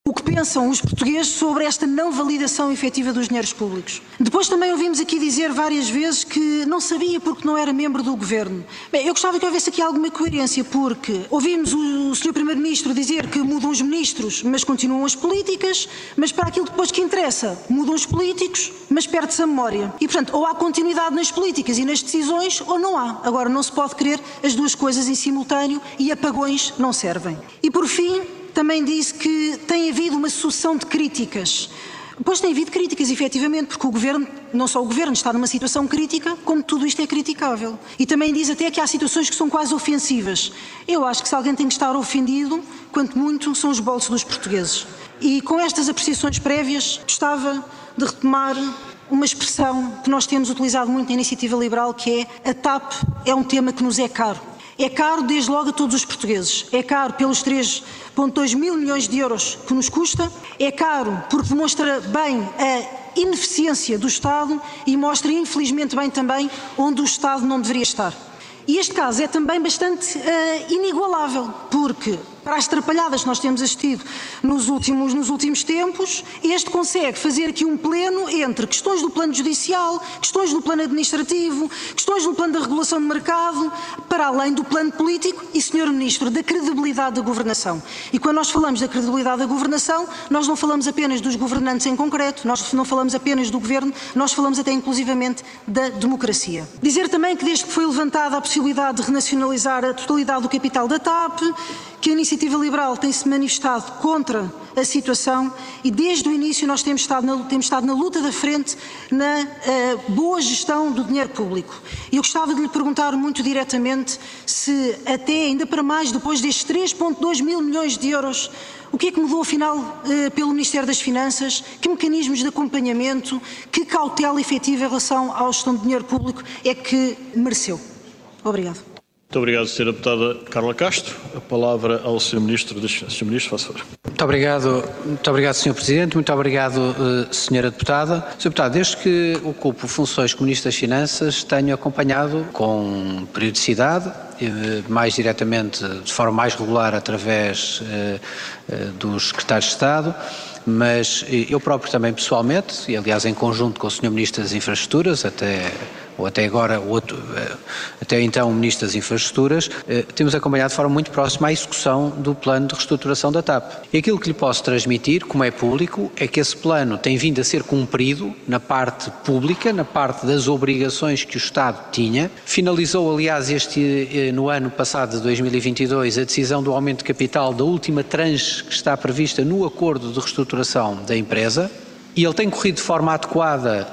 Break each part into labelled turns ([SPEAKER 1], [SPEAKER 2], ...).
[SPEAKER 1] O que pensam os portugueses sobre esta não validação efetiva dos dinheiros públicos? Depois também ouvimos aqui dizer várias vezes que não sabia porque não era membro do Governo. Bem, eu gostava que houvesse aqui alguma coerência, porque ouvimos o Sr. Primeiro-Ministro dizer que mudam os ministros, mas continuam as políticas, mas para aquilo depois que interessa, mudam os políticos, mas perde-se a memória. E, portanto, ou há continuidade nas políticas e nas decisões, ou não há. Agora, não se pode querer as duas coisas em simultâneo e apagões não servem. E, por fim, também disse que tem havido uma sucessão de críticas. Pois tem havido críticas, efetivamente, porque o Governo, não só o Governo está numa situação crítica, como tudo isto é criticável. E também diz até que há situações que são quase ofensivas. Eu acho que se alguém tem que estar ofendido, quanto muito, são os bolsos dos portugueses. E com estas apreciações prévias, gostava de retomar uma expressão que nós temos utilizado muito na Iniciativa Liberal, que é: a TAP é um tema que nos é caro. É caro desde logo a todos os portugueses. É caro pelos 3,2 mil milhões de euros que nos custa, é caro porque demonstra bem a ineficiência do Estado e mostra infelizmente bem também onde o Estado não deveria estar. E este caso é também bastante inigualável, porque para as atrapalhadas que nós temos assistido nos últimos tempos, este consegue fazer aqui um pleno entre questões do plano judicial, questões do plano administrativo, questões do plano da regulação do mercado, para além do plano político e, Sr. Ministro, da credibilidade da governação. E quando nós falamos da credibilidade da governação, nós não falamos apenas dos governantes em concreto, nós não falamos apenas do Governo, nós falamos até inclusivamente da democracia. Dizer também que desde que foi levantada a possibilidade de renacionalizar a totalidade do capital da TAP, que a Iniciativa Liberal tem-se manifestado contra a situação e desde o início nós temos estado na luta da frente na boa gestão do dinheiro público. E eu gostava de lhe perguntar muito diretamente se até ainda para mais depois destes 3,2 mil milhões de euros, o que é que mudou afinal pelo Ministério das Finanças, que mecanismos de acompanhamento, que cautela efetiva em relação à gestão do dinheiro público é que mereceu? Obrigado.
[SPEAKER 2] Muito obrigado, Sra. Deputada Carla Castro. A palavra ao Sr. Ministro das Finanças. Sr. Ministro, faça favor.
[SPEAKER 3] Muito obrigado, Sr. Presidente. Muito obrigado, Sra. Deputada. Sr. Deputado, desde que ocupo funções como Ministro das Finanças, tenho acompanhado com periodicidade, mais diretamente, de forma mais regular, através dos secretários de Estado, mas eu próprio também pessoalmente, e aliás em conjunto com o Sr. Ministro das Infraestruturas, até então o Ministro das Infraestruturas, temos acompanhado de forma muito próxima a execução do plano de reestruturação da TAP. E aquilo que lhe posso transmitir, como é público, é que esse plano tem vindo a ser cumprido na parte pública, na parte das obrigações que o Estado tinha. Finalizou, aliás, no ano passado de 2022, a decisão do aumento de capital da última tranche que está prevista no acordo de reestruturação da empresa. E ele tem corrido de forma adequada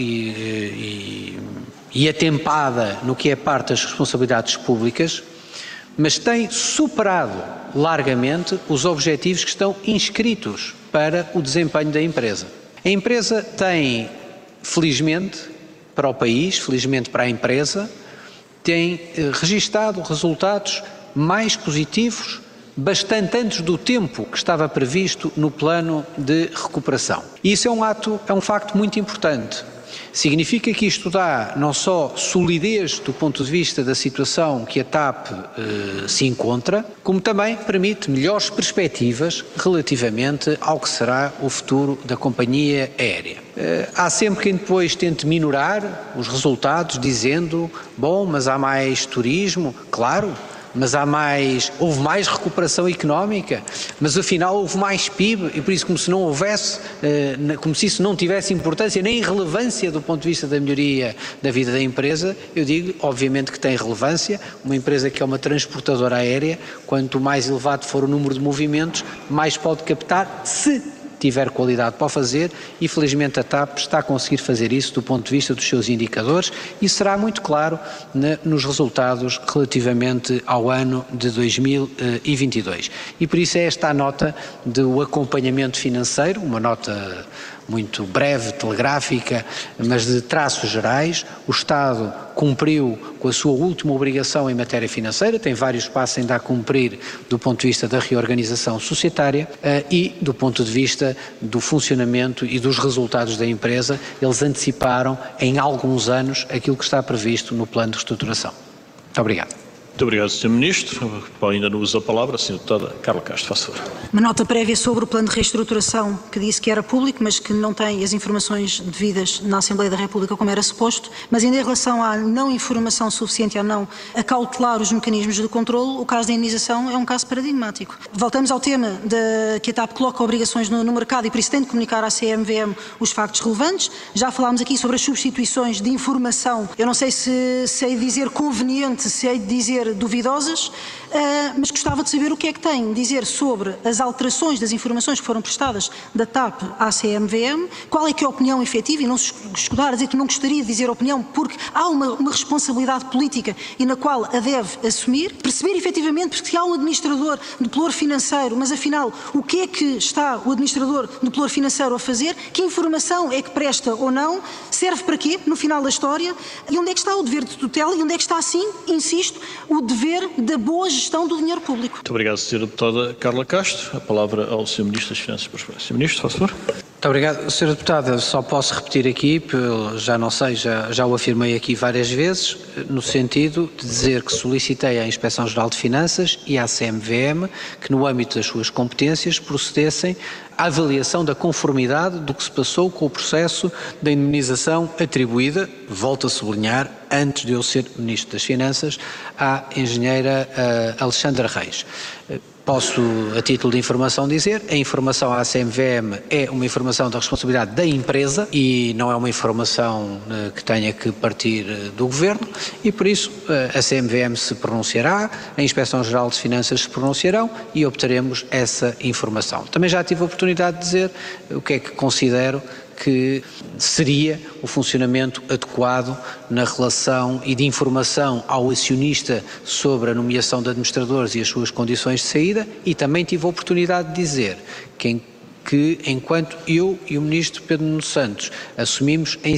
[SPEAKER 3] e atempada no que é parte das responsabilidades públicas, mas tem superado largamente os objetivos que estão inscritos para o desempenho da empresa. A empresa tem, felizmente para o país, felizmente para a empresa, tem registado resultados mais positivos bastante antes do tempo que estava previsto no plano de recuperação. E isso é um facto muito importante. Significa que isto dá não só solidez do ponto de vista da situação que a TAP se encontra, como também permite melhores perspectivas relativamente ao que será o futuro da companhia aérea. Há sempre quem depois tente minorar os resultados dizendo, bom, mas há mais turismo, claro, mas houve mais recuperação económica, mas afinal houve mais PIB e por isso como se isso não tivesse importância nem relevância do ponto de vista da melhoria da vida da empresa. Eu digo, obviamente que tem relevância, uma empresa que é uma transportadora aérea, quanto mais elevado for o número de movimentos, mais pode captar, se tiver qualidade para o fazer, e felizmente a TAP está a conseguir fazer isso do ponto de vista dos seus indicadores e será muito claro nos resultados relativamente ao ano de 2022. E por isso é esta a nota do acompanhamento financeiro, uma nota muito breve, telegráfica, mas de traços gerais. O Estado cumpriu com a sua última obrigação em matéria financeira, tem vários passos ainda a cumprir do ponto de vista da reorganização societária e do ponto de vista do funcionamento e dos resultados da empresa. Eles anteciparam em alguns anos aquilo que está previsto no plano de reestruturação. Muito obrigado.
[SPEAKER 2] Muito obrigado, Sr. Ministro. Ainda não uso a palavra, a Sra. Deputada Carla Castro, faça favor.
[SPEAKER 1] Uma nota prévia sobre o plano de reestruturação que disse que era público, mas que não tem as informações devidas na Assembleia da República como era suposto. Mas ainda em relação à não informação suficiente, a não acautelar os mecanismos de controlo, o caso da indenização é um caso paradigmático. Voltamos ao tema de que a TAP coloca obrigações no mercado e por isso tem de comunicar à CMVM os factos relevantes. Já falámos aqui sobre as substituições de informação. Eu não sei se sei dizer conveniente, se hei de dizer duvidosas, mas gostava de saber o que é que tem de dizer sobre as alterações das informações que foram prestadas da TAP à CMVM, qual é que é a opinião efetiva e não se escudar a dizer que não gostaria de dizer opinião porque há uma responsabilidade política e na qual a deve assumir, perceber efetivamente porque há um administrador de pelour financeiro, mas afinal o que é que está o administrador de pelour financeiro a fazer, que informação é que presta ou não, serve para quê no final da história e onde é que está o dever de tutela e onde é que está, sim, insisto, o dever da boa gestão do dinheiro público.
[SPEAKER 2] Muito obrigado, Sra. Deputada Carla Castro. A palavra ao Sr. Ministro das Finanças. Sr. Ministro, faça favor.
[SPEAKER 3] Muito obrigado, Sra. Deputada. Só posso repetir aqui, já não sei, já o afirmei aqui várias vezes, no sentido de dizer que solicitei à Inspeção-Geral de Finanças e à CMVM que, no âmbito das suas competências, procedessem à avaliação da conformidade do que se passou com o processo da indemnização atribuída, volto a sublinhar, antes de eu ser Ministro das Finanças, à engenheira Alexandra Reis. Posso, a título de informação, dizer, a informação à CMVM é uma informação da responsabilidade da empresa e não é uma informação que tenha que partir do Governo e, por isso, a CMVM se pronunciará, a Inspeção-Geral de Finanças se pronunciarão e obteremos essa informação. Também já tive a oportunidade de dizer o que é que considero que seria o funcionamento adequado na relação e de informação ao acionista sobre a nomeação de administradores e as suas condições de saída e também tive a oportunidade de dizer que enquanto eu e o Ministro Pedro Nuno Santos assumimos em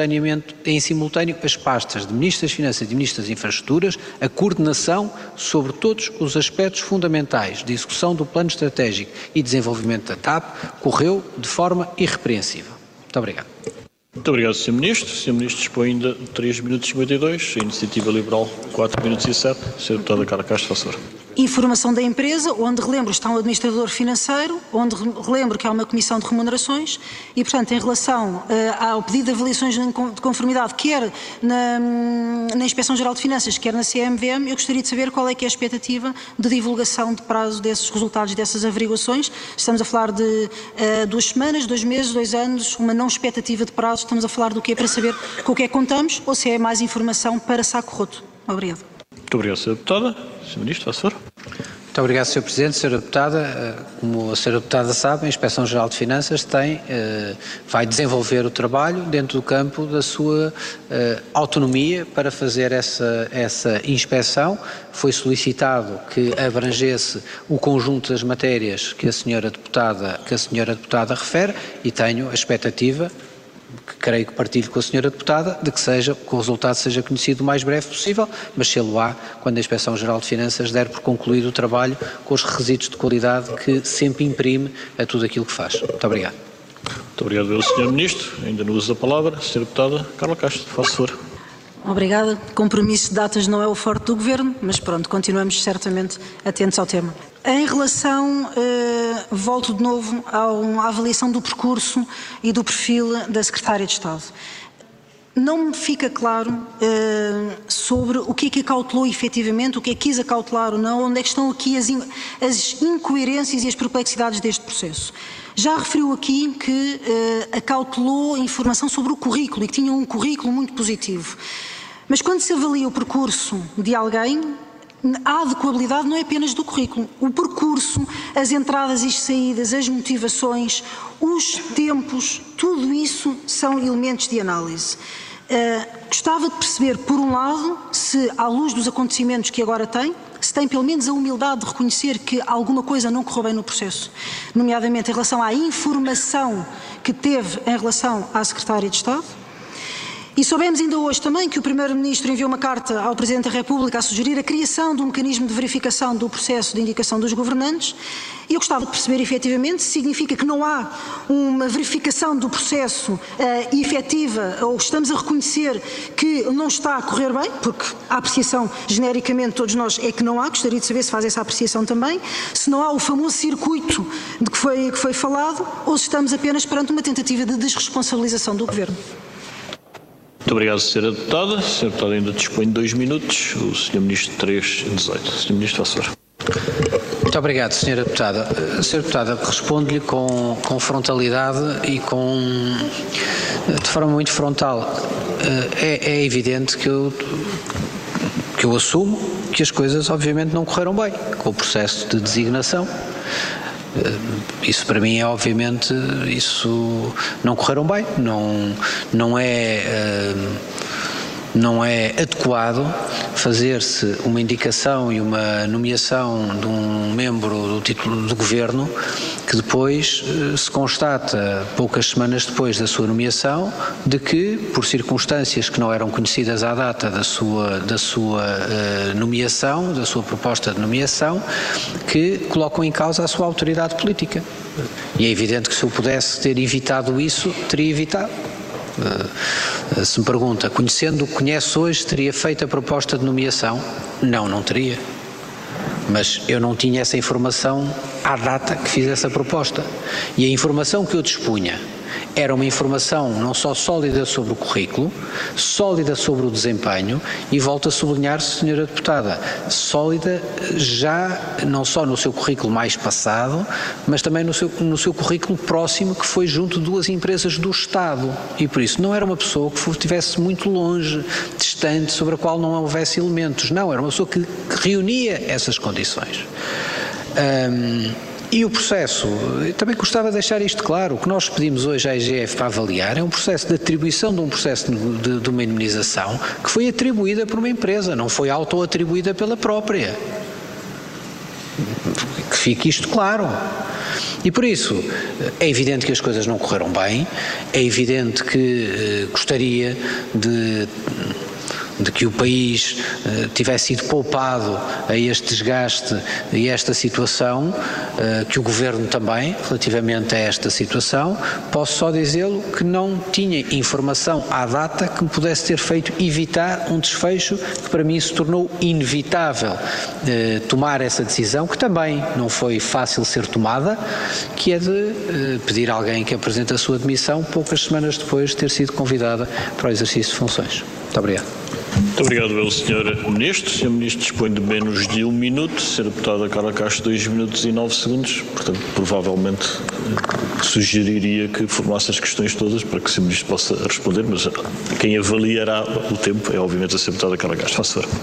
[SPEAKER 3] simultâneo as pastas de Ministro das Finanças e de Ministro das Infraestruturas, a coordenação sobre todos os aspectos fundamentais de execução do plano estratégico e desenvolvimento da TAP correu de forma irrepreensível. Muito obrigado.
[SPEAKER 2] Muito obrigado, Sr. Ministro. O Sr. Ministro dispõe ainda de 3 minutos e 52, a Iniciativa Liberal 4 minutos e 7. Sra. Deputada Carla Castro, faça favor.
[SPEAKER 1] Informação da empresa, onde relembro está um administrador financeiro, onde relembro que há uma comissão de remunerações e, portanto, em relação ao pedido de avaliações de conformidade, quer na Inspeção-Geral de Finanças, quer na CMVM, eu gostaria de saber qual é que é a expectativa de divulgação de prazo desses resultados dessas averiguações. Estamos a falar de 2 semanas, 2 meses, 2 anos, uma não expectativa de prazo, estamos a falar do quê para saber com o que é que contamos ou se é mais informação para saco roto. Obrigado.
[SPEAKER 2] Muito obrigado, Sra. Deputada. Sr. Ministro, faça favor.
[SPEAKER 3] Muito obrigado, Sr. Presidente. Sra. Deputada, como a Sra. Deputada sabe, a Inspeção-Geral de Finanças vai desenvolver o trabalho dentro do campo da sua autonomia para fazer essa inspeção. Foi solicitado que abrangesse o conjunto das matérias que a Sra. Deputada refere e tenho a expectativa, que creio que partilho com a Sra. Deputada, de que o resultado seja conhecido o mais breve possível, mas sê-lo-á quando a Inspeção-Geral de Finanças der por concluído o trabalho com os requisitos de qualidade que sempre imprime a tudo aquilo que faz. Muito obrigado.
[SPEAKER 2] Muito obrigado, Sr. Ministro. Ainda no uso da palavra, Sra. Deputada Carla Castro, faça favor.
[SPEAKER 1] Obrigada. Compromisso de datas não é o forte do Governo, mas pronto, continuamos certamente atentos ao tema. Em relação, volto de novo à avaliação do percurso e do perfil da Secretária de Estado. Não me fica claro sobre o que é que acautelou efetivamente, o que é que quis acautelar ou não, onde é que estão aqui as incoerências e as perplexidades deste processo. Já referiu aqui que acautelou informação sobre o currículo e que tinha um currículo muito positivo. Mas quando se avalia o percurso de alguém, a adequabilidade não é apenas do currículo. O percurso, as entradas e as saídas, as motivações, os tempos, tudo isso são elementos de análise. Gostava de perceber, por um lado, se à luz dos acontecimentos que agora se tem pelo menos a humildade de reconhecer que alguma coisa não correu bem no processo, nomeadamente em relação à informação que teve em relação à Secretária de Estado. E soubemos ainda hoje também que o Primeiro-Ministro enviou uma carta ao Presidente da República a sugerir a criação de um mecanismo de verificação do processo de indicação dos governantes. E eu gostava de perceber efetivamente se significa que não há uma verificação do processo efetiva, ou estamos a reconhecer que não está a correr bem, porque a apreciação genericamente todos nós é que não há. Gostaria de saber se faz essa apreciação também, se não há o famoso circuito de que foi falado, ou se estamos apenas perante uma tentativa de desresponsabilização do Governo.
[SPEAKER 2] Muito obrigado, Sra. Deputada. A Sra. Deputada ainda dispõe de 2 minutos. O Sr. Ministro, 3:18. Sr. Ministro, faça favor.
[SPEAKER 3] Muito obrigado, Sra. Deputada. A Sra. Deputada, responde-lhe com frontalidade e de forma muito frontal. É evidente que eu assumo que as coisas obviamente não correram bem com o processo de designação. Isso para mim é obviamente, isso não correram bem, não é adequado fazer-se uma indicação e uma nomeação de um membro do título do Governo que depois se constata, poucas semanas depois da sua nomeação, de que, por circunstâncias que não eram conhecidas à data da sua nomeação, da sua proposta de nomeação, que colocam em causa a sua autoridade política. E é evidente que se eu pudesse ter evitado isso, teria evitado. Se me pergunta, conhecendo o que conhece hoje, teria feito a proposta de nomeação? Não teria. Mas eu não tinha essa informação à data que fiz essa proposta. E a informação que eu dispunha era uma informação não só sólida sobre o currículo, sólida sobre o desempenho e, volto a sublinhar, Sra. Deputada, sólida já não só no seu currículo mais passado, mas também no seu currículo próximo, que foi junto de 2 empresas do Estado. E por isso não era uma pessoa que estivesse muito longe, distante, sobre a qual não houvesse elementos. Não, era uma pessoa que reunia essas condições. E o processo, também gostava de deixar isto claro, o que nós pedimos hoje à IGF para avaliar é um processo de atribuição de um processo de uma indemnização que foi atribuída por uma empresa, não foi auto-atribuída pela própria. Que fique isto claro. E por isso, é evidente que as coisas não correram bem, é evidente que gostaria de que o país tivesse sido poupado a este desgaste e esta situação, que o Governo também, relativamente a esta situação. Posso só dizê-lo que não tinha informação à data que me pudesse ter feito evitar um desfecho que para mim se tornou inevitável tomar essa decisão, que também não foi fácil ser tomada, que é de pedir a alguém que apresente a sua demissão poucas semanas depois de ter sido convidada para o exercício de funções. Muito obrigado.
[SPEAKER 2] Muito obrigado ao Sr. Ministro. O Sr. Ministro dispõe de menos de 1 minuto. Sra. Deputada Carla Castro, 2 minutos e 9 segundos. Portanto, provavelmente sugeriria que formasse as questões todas para que o Sr. Ministro possa responder, mas quem avaliará o tempo é, obviamente, a Sra. Deputada Carla Castro. Faça favor.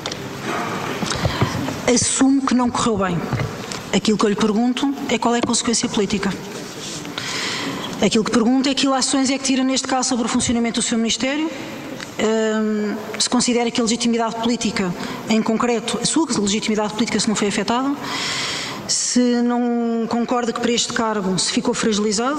[SPEAKER 1] Assumo que não correu bem. Aquilo que eu lhe pergunto é qual é a consequência política. Aquilo que pergunto é que ilações é que tira, neste caso, sobre o funcionamento do seu Ministério. Se considera que a legitimidade política, em concreto, a sua legitimidade política, se não foi afetada, se não concorda que para este cargo se ficou fragilizado.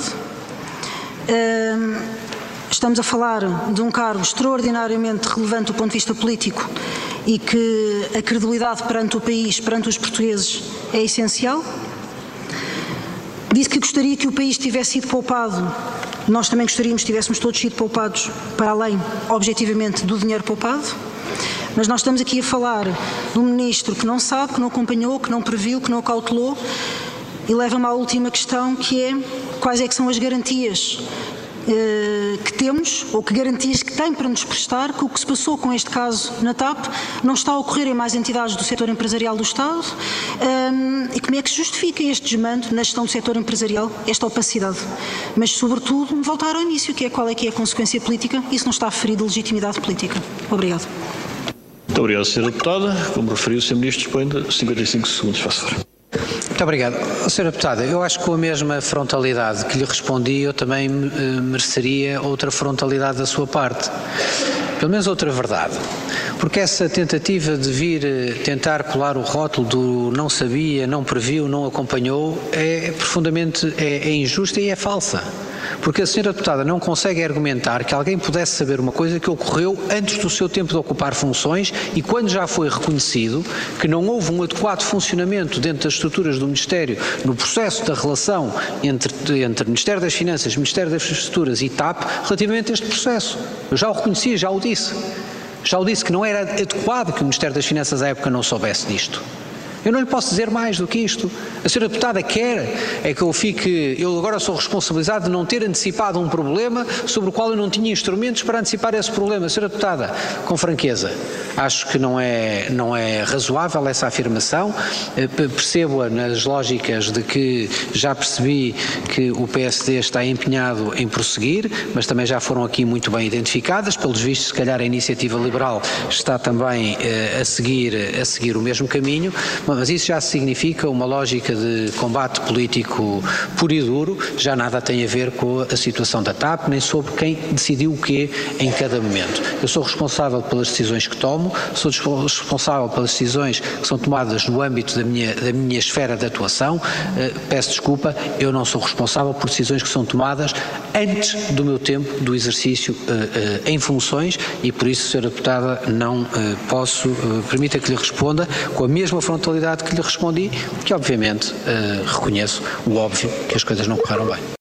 [SPEAKER 1] Estamos a falar de um cargo extraordinariamente relevante do ponto de vista político e que a credibilidade perante o país, perante os portugueses, é essencial. Disse que gostaria que o país tivesse sido poupado. Nós também gostaríamos que tivéssemos todos sido poupados, para além, objetivamente, do dinheiro poupado. Mas nós estamos aqui a falar de um ministro que não sabe, que não acompanhou, que não previu, que não cautelou. E leva-me à última questão, que é quais é que são as garantias que temos, ou que garantias que tem para nos prestar, que o que se passou com este caso na TAP não está a ocorrer em mais entidades do setor empresarial do Estado, e como é que se justifica este desmando na gestão do setor empresarial, esta opacidade. Mas, sobretudo, voltar ao início, que é qual é que é a consequência política. Isso não está referido a legitimidade política. Obrigado.
[SPEAKER 2] Muito obrigado, Sra. Deputada. Como referiu, o Sr. Ministro dispõe de 55 segundos. Faça favor.
[SPEAKER 3] Muito obrigado. Sra. Deputada, eu acho que com a mesma frontalidade que lhe respondi, eu também mereceria outra frontalidade da sua parte. pelo menos outra verdade. Porque essa tentativa de vir tentar colar o rótulo do não sabia, não previu, não acompanhou, é profundamente injusta e é falsa. Porque a senhora deputada não consegue argumentar que alguém pudesse saber uma coisa que ocorreu antes do seu tempo de ocupar funções e quando já foi reconhecido que não houve um adequado funcionamento dentro das estruturas do Ministério no processo da relação entre Ministério das Finanças, Ministério das Infraestruturas e TAP relativamente a este processo. Eu já o reconhecia, já o disse. Já o disse que não era adequado que o Ministério das Finanças à época não soubesse disto. Eu não lhe posso dizer mais do que isto. A senhora deputada quer é que eu agora sou responsabilizado de não ter antecipado um problema sobre o qual eu não tinha instrumentos para antecipar esse problema. A senhora deputada, com franqueza, acho que não é razoável essa afirmação. Percebo-a nas lógicas de que já percebi que o PSD está empenhado em prosseguir, mas também já foram aqui muito bem identificadas. Pelos vistos, se calhar a Iniciativa Liberal está também a seguir o mesmo caminho. Mas isso já significa uma lógica de combate político puro e duro, já nada tem a ver com a situação da TAP, nem sobre quem decidiu o quê em cada momento. Eu sou responsável pelas decisões que tomo, sou responsável pelas decisões que são tomadas no âmbito da minha esfera de atuação. Peço desculpa, eu não sou responsável por decisões que são tomadas antes do meu tempo do exercício em funções e por isso, Sra. Deputada, não posso, permita que lhe responda com a mesma frontalidade que lhe respondi, que obviamente reconheço o óbvio que as coisas não correram bem.